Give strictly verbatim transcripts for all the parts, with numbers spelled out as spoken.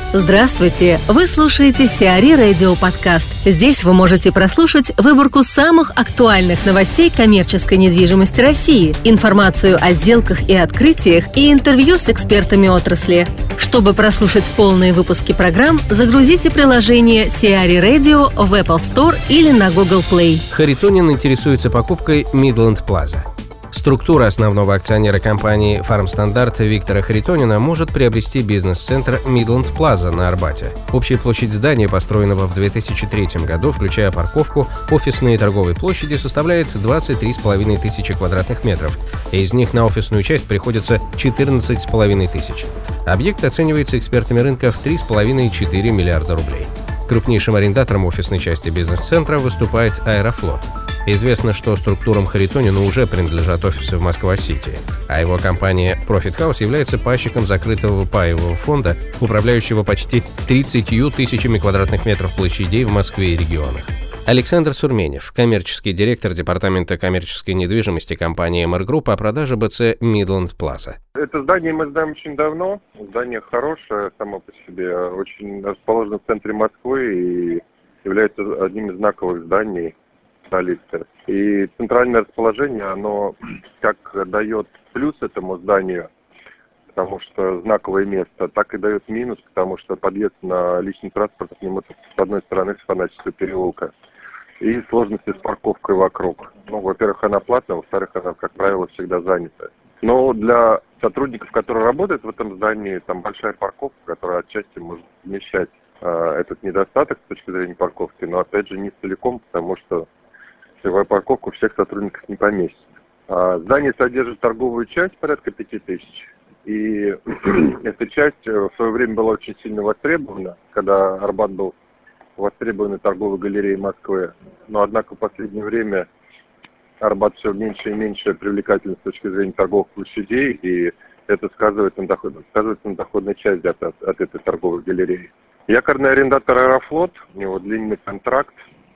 Здравствуйте! Вы слушаете Сиари Радио Подкаст. Здесь вы можете прослушать выборку самых актуальных новостей коммерческой недвижимости России, информацию о сделках и открытиях и интервью с экспертами отрасли. Чтобы прослушать полные выпуски программ, загрузите приложение Сиари Radio в Apple Store или на Google Play. Харитонин интересуется покупкой Midland Plaza. Структура основного акционера компании «Фармстандарт» Виктора Харитонина может приобрести бизнес-центр Midland Plaza на Арбате. Общая площадь здания, построенного в две тысячи третьем году, включая парковку, офисные и торговые площади, составляет двадцать три с половиной тысячи квадратных метров, и из них на офисную часть приходится четырнадцать с половиной тысяч. Объект оценивается экспертами рынка в три с половиной - четыре миллиарда рублей. Крупнейшим арендатором офисной части бизнес-центра выступает «Аэрофлот». Известно, что структурам Харитонину уже принадлежат офисы в Москва-Сити, а его компания Profit House является пайщиком закрытого паевого фонда, управляющего почти тридцатью тысячами квадратных метров площадей в Москве и регионах. Александр Сурменев, коммерческий директор департамента коммерческой недвижимости компании эм эр Group по продаже бэ цэ Midland Plaza. Это здание мы знаем очень давно. Здание хорошее само по себе, очень расположено в центре Москвы и является одним из знаковых зданий столицы. И центральное расположение, оно как дает плюс этому зданию, потому что знаковое место, так и дает минус, потому что подъезд на личный транспорт к нему с одной стороны с Фанатьевского переулка и сложности с парковкой вокруг. Ну, во-первых, она платная, во-вторых, она, как правило, всегда занята. Но для сотрудников, которые работают в этом здании, там большая парковка, которая отчасти может вмещать э, этот недостаток с точки зрения парковки, но опять же не целиком, потому что целевая парковка у всех сотрудников не поместится. А здание содержит торговую часть порядка пяти тысяч. И эта часть в свое время была очень сильно востребована, когда Арбат был востребованной торговой галереей Москвы. Но, однако, в последнее время Арбат все меньше и меньше привлекательный с точки зрения торговых площадей, и это сказывается на, доход, сказывается на доходной части от, от, от этой торговой галереи. Якорный арендатор «Аэрофлот», у него длинный контракт,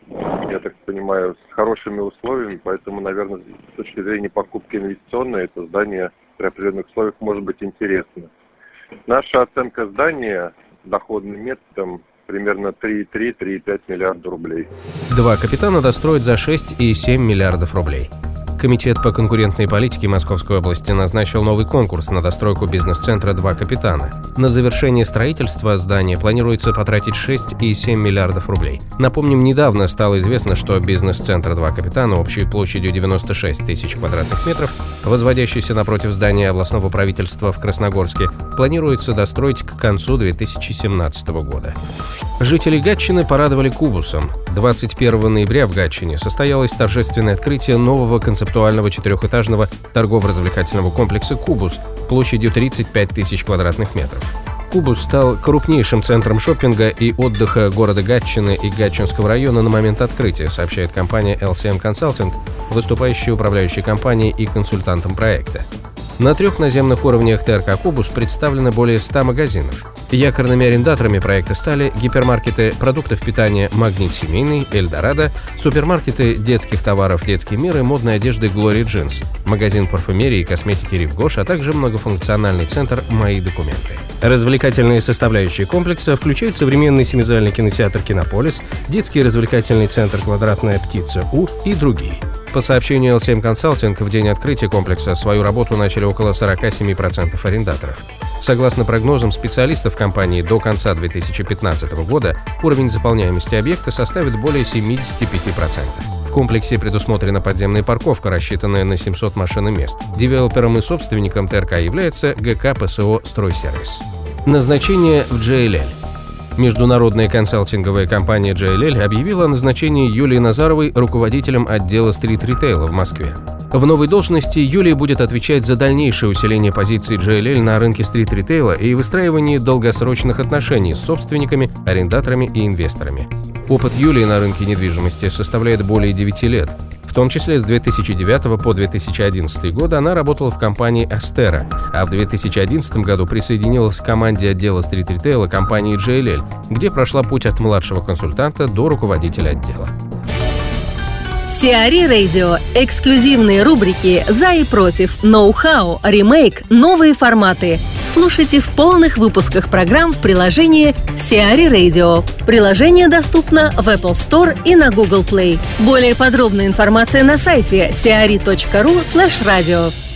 я так понимаю, с хорошими условиями, поэтому, наверное, с точки зрения покупки инвестиционной, это здание при определенных условиях может быть интересно. Наша оценка здания доходным методом примерно три и три - три и пять миллиарда рублей. Два капитана достроят за шесть и семь миллиардов рублей. Комитет по конкурентной политике Московской области назначил новый конкурс на достройку бизнес-центра «Два капитана». На завершение строительства здания планируется потратить шесть и семь миллиардов рублей. Напомним, недавно стало известно, что бизнес-центр «Два капитана» общей площадью девяносто шесть тысяч квадратных метров, возводящийся напротив здания областного правительства в Красногорске, планируется достроить к концу две тысячи семнадцатого года. Жители Гатчины порадовали кубусом. двадцать первого ноября в Гатчине состоялось торжественное открытие нового концептуального четырехэтажного торгово-развлекательного комплекса «Кубус» площадью тридцать пять тысяч квадратных метров. «Кубус» стал крупнейшим центром шопинга и отдыха города Гатчины и Гатчинского района на момент открытия, сообщает компания эл си эм Consulting, выступающая управляющей компанией и консультантом проекта. На трех наземных уровнях тэ эр ка «Кубус» представлено более ста магазинов. Якорными арендаторами проекта стали гипермаркеты продуктов питания «Магнит Семейный», «Эльдорадо», супермаркеты детских товаров «Детский мир» и модной одежды «Глори Джинс», магазин парфюмерии и косметики «Рив Гош», а также многофункциональный центр «Мои документы». Развлекательные составляющие комплекса включают современный семизальный кинотеатр «Кинополис», детский развлекательный центр «Квадратная птица У» и другие. По сообщению эл си эм Consulting, в день открытия комплекса свою работу начали около сорок семь процентов арендаторов. Согласно прогнозам специалистов компании, до конца две тысячи пятнадцатого года уровень заполняемости объекта составит более семьдесят пять процентов. В комплексе предусмотрена подземная парковка, рассчитанная на семьсот машин и мест. Девелопером и собственником тэ эр ка является гэ ка пэ эс о «Стройсервис». Назначение в джей эл эль. Международная консалтинговая компания джей эл эль объявила о назначении Юлии Назаровой руководителем отдела стрит-ритейла в Москве. В новой должности Юлия будет отвечать за дальнейшее усиление позиций джей эл эль на рынке стрит-ритейла и выстраивание долгосрочных отношений с собственниками, арендаторами и инвесторами. Опыт Юлии на рынке недвижимости составляет более девяти лет. В том числе с две тысячи девятого по две тысячи одиннадцатый год она работала в компании «Астера», а в две тысячи одиннадцатом году присоединилась к команде отдела стрит-ритейла компании джей эл эль, где прошла путь от младшего консультанта до руководителя отдела. Сиари Radio. Эксклюзивные рубрики «За и против», «Ноу-хау», «Ремейк», «Новые форматы». Слушайте в полных выпусках программ в приложении Сиари Radio. Приложение доступно в Apple Store и на Google Play. Более подробная информация на сайте сиари точка ру слэш радио.